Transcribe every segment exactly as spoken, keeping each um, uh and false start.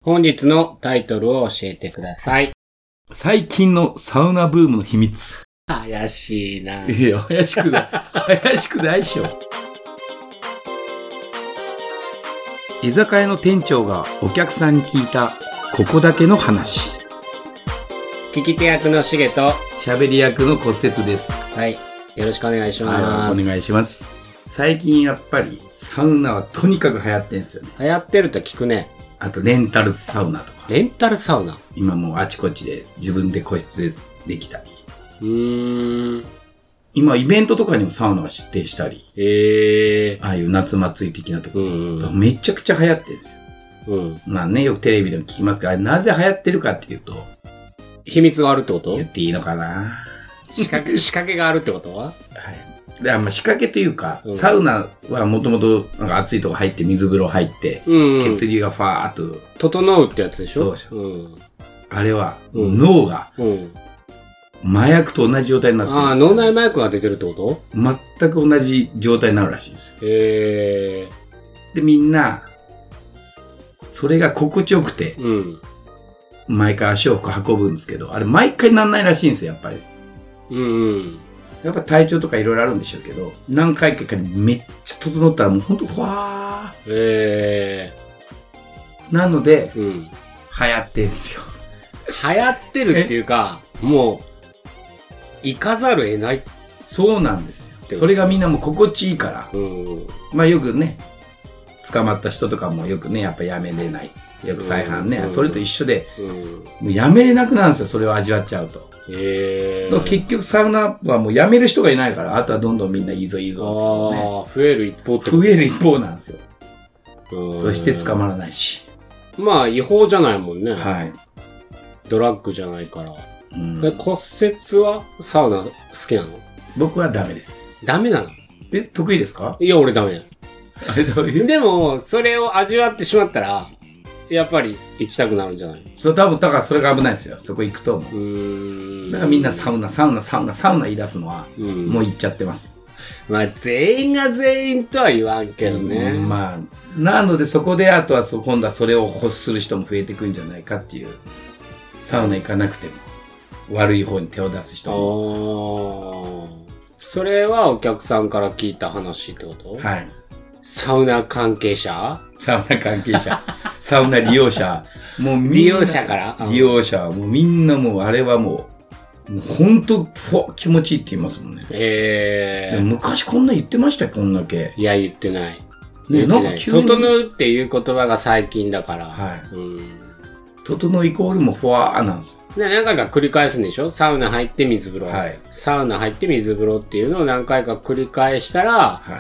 本日のタイトルを教えてください。 最近のサウナブームの秘密。 怪しいな。 いや、怪しくない。怪しくないっしょ。居酒屋の店長がお客さんに聞いたここだけの話。 聞き手役のしげと喋り役の骨折です。 はい。よろしくお願いします。 お願いします。最近やっぱりサウナはとにかく流行ってんですよね。 流行ってると聞くね。 あとレンタルサウナとか。 レンタルサウナ今もうあちこちで自分で個室でできたり。 うーん。 今イベントとかにもサウナが出店したり。 ええー。 ああいう夏祭り的なところ。 うんうん、 めちゃくちゃ流行ってるんですよ。 うん。 まあね、よくテレビでも聞きますが、なぜ流行ってるかっていうと。 秘密があるってこと？ 言っていいのかな。 仕掛け、仕掛けがあるってことは？はい。 で、まあ仕掛けというか、うん、サウナはもともと暑いとこ入って水風呂入って、うんうん、血流がファーっと。 整うってやつでしょ？ そうでしょ。 うん、 あれは、うん、脳が、うん、麻薬と同じ状態になってるんですよ。 ああ、脳内麻薬が出てるってこと？ 全く同じ状態になるらしいんですよ。 へえ。 で、みんな、それが心地よくて、うん、毎回足を運ぶんですけど、あれ毎回なんないらしいんですよ、やっぱり。うんうん。やっぱ体調とかいろいろあるんでしょうけど、何回かにめっちゃ整ったらもうほんとふわー。へー。なので、うん、流行ってんすよ。 流行ってるっていうか、もう、行かざるを得ない。 そうなんですよ。それがみんなもう心地いいから。うん、まあよくね、捕まった人とかもよくね、やっぱやめれない。よく再犯ね、うん、それと一緒で、うん、もうやめれなくなるんですよ、それを味わっちゃうと。へー。結局サウナはもうやめる人がいないから、あとはどんどんみんないいぞいいぞ、 ね。ああ、増える一方って増える一方なんですよ。そして捕まらないし。 まあ違法じゃないもんね。 はい。 ドラッグじゃないから。うん、骨折はサウナ好きなの？ 僕はダメです。 ダメなの？ え、得意ですか？ いや、俺ダメ。あれダメ？でも、それを味わってしまったら、やっぱり行きたくなるんじゃない？ そう、多分、だからそれが危ないですよ。そこ行くと思う。うーん。だからみんなサウナ、サウナ、サウナ、サウナ言い出すのは、うん、もう行っちゃってます。 まあ、全員が全員とは言わんけどね。 うん、まあ、なのでそこで、あとはそ今度はそれを欲する人も増えてくるんじゃないかっていう。サウナ行かなくても、悪い方に手を出す人も。 ああ。それはお客さんから聞いた話ってこと？ はい。 サウナ関係者？ サウナ関係者。サウナ利用者。もうみんな。 利用者から利用者はもうみんなもうあれはもう、もうほんと気持ちいいって言いますもんね。 ええー。 昔こんな言ってましたよ、こんだけ。 いや、言ってない。ね、なんか急に。整うっていう言葉が最近だから。はい。うん。 整うイコールもフォアなんです。 で、何回か繰り返すんでしょ？サウナ入って水風呂。はい。サウナ入って水風呂っていうのを何回か繰り返したら、はい。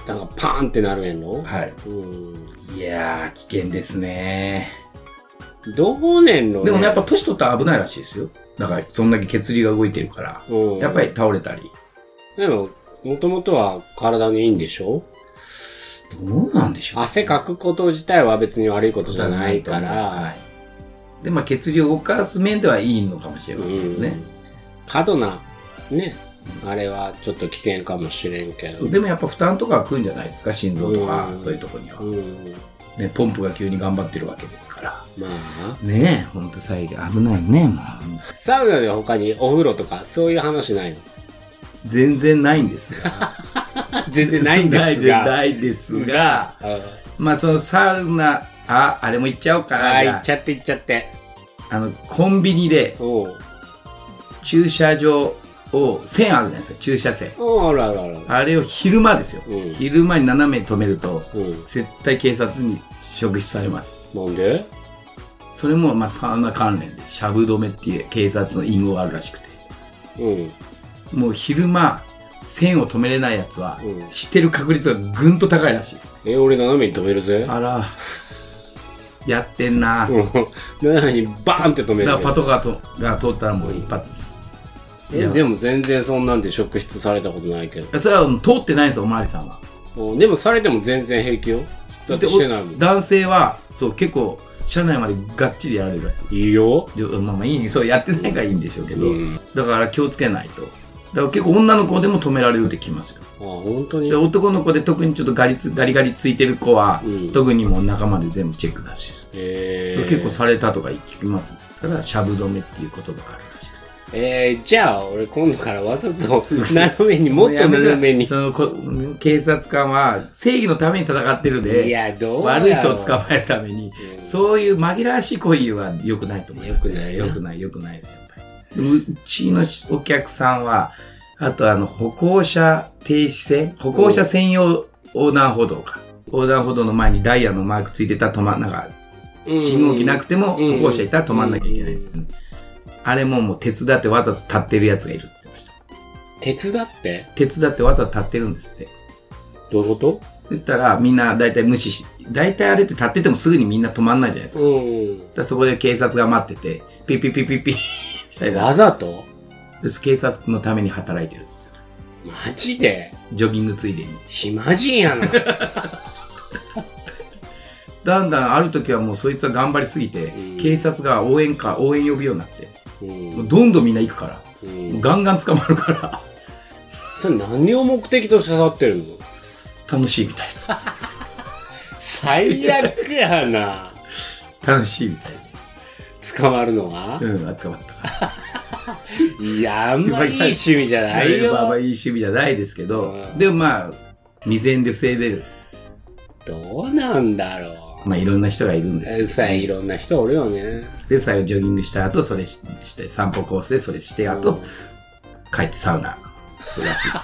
なんかパーンってなるやんの？ はい。うん。いやー、危険ですね。 どうねんのね。 でもね、やっぱ年取ったら危ないらしいですよ。だから、そんだけ血流が動いてるから、うん、やっぱり倒れたり。 でも、もともとは体にいいんでしょ？ どうなんでしょう、ね。 汗かくこと自体は別に悪いことじゃないから。はい。 で、まあ、血流を動かす面ではいいのかもしれませんね。うん、 過度な、ね、あれはちょっと危険かもしれんけど。 でもやっぱ負担とかは来るんじゃないですか、心臓とか、うん、そういうとこには、うん。ね、ポンプが急に頑張ってるわけですから。まあ。ねえ、ほんと最後危ないね、もう。 サウナで他にお風呂とか、そういう話ないの？ 全然ないんですが。 全然ないんですが。 ないですが、まあそのサウナ、あ、あれも行っちゃおうかな。 あ、行っちゃって行っちゃって。 あの、コンビニで、駐車場を、線あるじゃないですか、駐車線。 あらあらあら。 あれを昼間ですよ。うん、昼間に斜めに止めると、うん、絶対警察に職質されます。 なんで？ それも、まあ、サウナ関連で、シャブ止めっていう警察の隠語があるらしくて。うん、もう昼間、線を止めれないやつは、うん、知ってる確率がぐんと高いらしいです。 え、俺斜めに止めるぜ。 あら。やってんな。 斜めにバーンって止める。 だからパトカーが通ったらもう一発です。 え、でも全然そんなんで職質されたことないけど。 それは通ってないんですよ、おまわりさんは。 でもされても全然平気よ。だってしてないもん。 男性は、そう、結構、車内までがっちりやられるらしい。 いいよ。 まあまあいい、そう、やってないからいいんでしょうけど、うん、だから気をつけないと。だから結構女の子でも止められるって聞きますよ。 あ、本当に？ で、男の子で特にちょっとガリつガリガリついてる子は、うん、特にもう仲間で全部チェックだしです。へー。 結構されたとか聞きます。ただ、しゃぶ止めっていう言葉があるらしくて。 えー、じゃあ、俺今度からわざと斜めに、もっと斜めに。 そのこ警察官は正義のために戦ってるで、 いや、どう悪い人を捕まえるために、うん、そういう紛らわしい行為は良くないと思います。 良くない。 良くない、良くないですよ、やっぱり。うちのお客さんは、あとあの、歩行者停止線、歩行者専用横断歩道か。横断歩道の前にダイヤのマークついてたら止まんなかった。信号機なくても歩行者いたら止まんなきゃいけないですよね。あれももう手伝ってわざと立ってるやつがいるって言ってました。 手伝って手伝ってわざと立ってるんですって。 どういうこと？ 言ったらみんな大体無視し、大体あれって立っててもすぐにみんな止まんないじゃないですか。うんだからそこで警察が待ってて、ピッピッピッピッピッみたいな。 わざと？ 警察のために働いてるんですよ。 マジで？ ジョギングついでに。 暇人やな。 だんだんある時はもうそいつは頑張りすぎて、うん、警察が応援か応援呼ぶようになって、うん、もうどんどんみんな行くから、うん、もうガンガン捕まるから。 それ何を目的として立ってるの？ 楽しいみたいです。 最悪やな。 楽しいみたい。 捕まるのは？ うん、捕まった。 いや、あんまいい趣味じゃないよ。 まあまあいい趣味じゃないですけど、うん、でもまあ、未然で防いでる。 どうなんだろう。 まあいろんな人がいるんですけど、ね。 さあいろんな人おるよね。 で、最後ジョギングした後、それしして、散歩コースでそれして、あと、うん、帰ってサウナ。そうらしいです。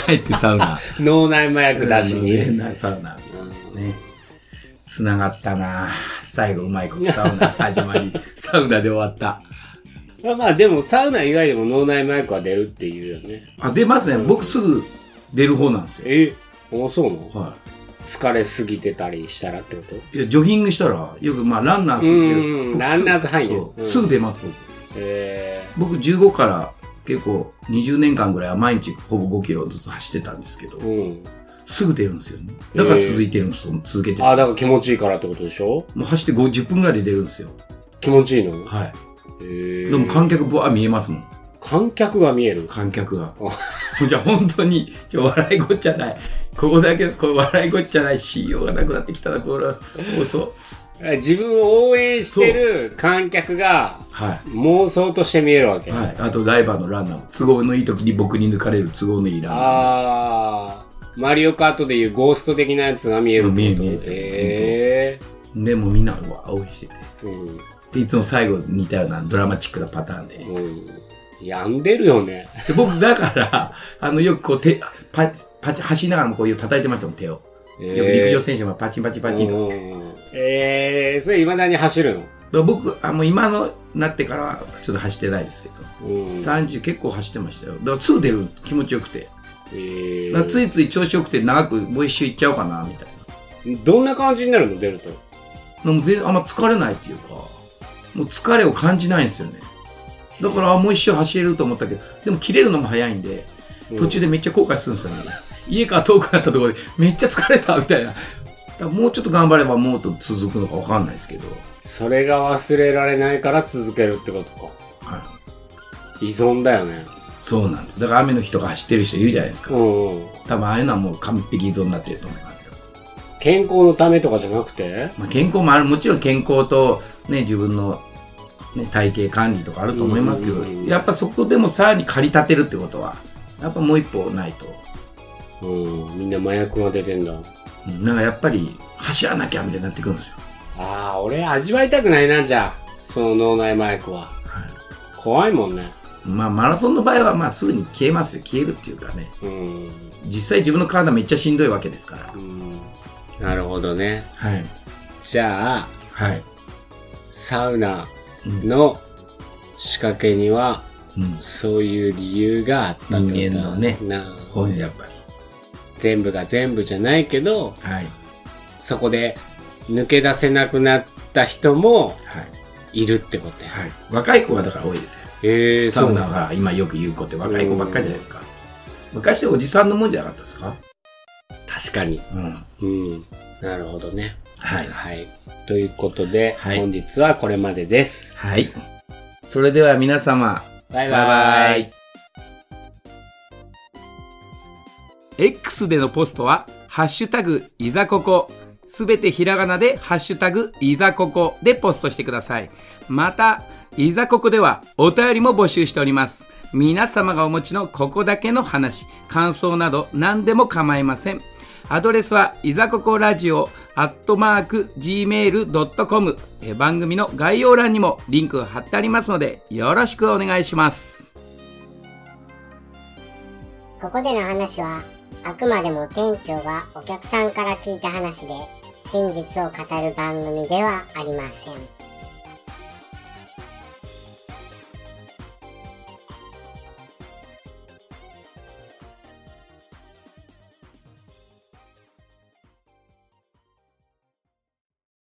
帰ってサウナ。 脳内麻薬出しに。 脳内サウナ。うん、ね。繋がったな最後うまいことサウナ始まり、サウナで終わった。 まあでもサウナ以外でも脳内麻薬は出るっていうよね。 あ、出ますね。うん、僕すぐ出る方なんですよ。 えあ、そうなの？ はい。 疲れすぎてたりしたらってこと？ いや、ジョギングしたら、よくまあランナーするけど、 ランナーズハイね。 そう、すぐ出ます、僕。 えー、 僕じゅうごから結構にじゅうねんかんぐらいは毎日ほぼごキロずつ走ってたんですけど、うん、すぐ出るんですよね。だから続いてるんですよ、えー、続けてる。 あ、だから気持ちいいからってことでしょ？ もう走ってごじゅっぷんぐらいで出るんですよ。 気持ちいいの？ はい。 えー、 でも観客ぶわー見えますもん。 観客が見える？ 観客が。じゃあ本当に、ちょ笑いごっちゃない。ここだけ、こう笑いごっちゃないしようがなくなってきたら、これは、放送。 自分を応援してる観客が、妄想として見えるわけ。 はい。あと、ライバーのランナーも、都合のいい時に僕に抜かれる都合のいいランナー。 ああ。マリオカートでいうゴースト的なやつが見えるってこと？見え見えて。へー。でもみんなは応援してて。うん。で、いつも最後似たようなドラマチックなパターンで。うん。 病んでるよね。 で僕、だから、あの、よくこう、手、パチ、パチ、走りながらもこういう叩いてましたもん、手を。えー、よく陸上選手もパチンパチンパチンと。 えー、それ未だに走るの？ 僕、あの、今のなってからはちょっと走ってないですけど、さんじゅう結構走ってましたよ。だからすぐ出る気持ちよくて。えー、だからついつい調子よくて長くもう一周行っちゃおうかな、みたいな。 どんな感じになるの、出ると？ もう全然あんま疲れないっていうか、もう疲れを感じないんですよね。だからもう一周走れると思ったけど、でも切れるのも早いんで、途中でめっちゃ後悔するんですよね。うん、家から遠くなったところでめっちゃ疲れたみたいな。だからもうちょっと頑張ればもっと続くのかわかんないですけど。 それが忘れられないから続けるってことか。はい。依存だよね。 そうなんです。だから雨の日とか走ってる人いるじゃないですか。うんうん、多分ああいうのはもう完璧依存になってると思いますよ。 健康のためとかじゃなくて？ まあ、健康もある。もちろん健康とね、自分のね、体型管理とかあると思いますけど、やっぱそこでもさらに駆り立てるってことは、やっぱもう一歩ないと。 うん、みんな麻薬が出てんだ。 うん、なんかやっぱり走らなきゃみたいになってくるんですよ。 ああ、俺味わいたくないな、じゃあ。その脳内麻薬は。はい。怖いもんね。 まあマラソンの場合はまあすぐに消えますよ。消えるっていうかね。うん。実際自分の体めっちゃしんどいわけですから。うん。 なるほどね。 はい。 じゃあ、 はい。 サウナの仕掛けには、うん、そういう理由があったと。 人間のね、なこういうやっぱり。 全部が全部じゃないけど、はい、そこで抜け出せなくなった人もいるってことや、 はい、若い子がだから多いですよ。 へー、 サウナが今よく言う子って若い子ばっかりじゃないですか。昔おじさんのもんじゃなかったですか？ 確かに。うん。うん。なるほどね。 はい。 はい。ということで、はい、本日はこれまでです。 はい。それでは皆様、 バイバイ。バイバイ。 X でのポストは、ハッシュタグ、いざここ。 すべてひらがなでハッシュタグいざここでポストしてください。また、いざここではお便りも募集しております。皆様がお持ちのここだけの話、感想など何でも構いません。アドレスはいざここラジオアットマーク ジーメールドットコム、 番組の概要欄にもリンク貼ってありますのでよろしくお願いします。 ここでの話はあくまでも店長がお客さんから聞いた話で真実を語る番組ではありません。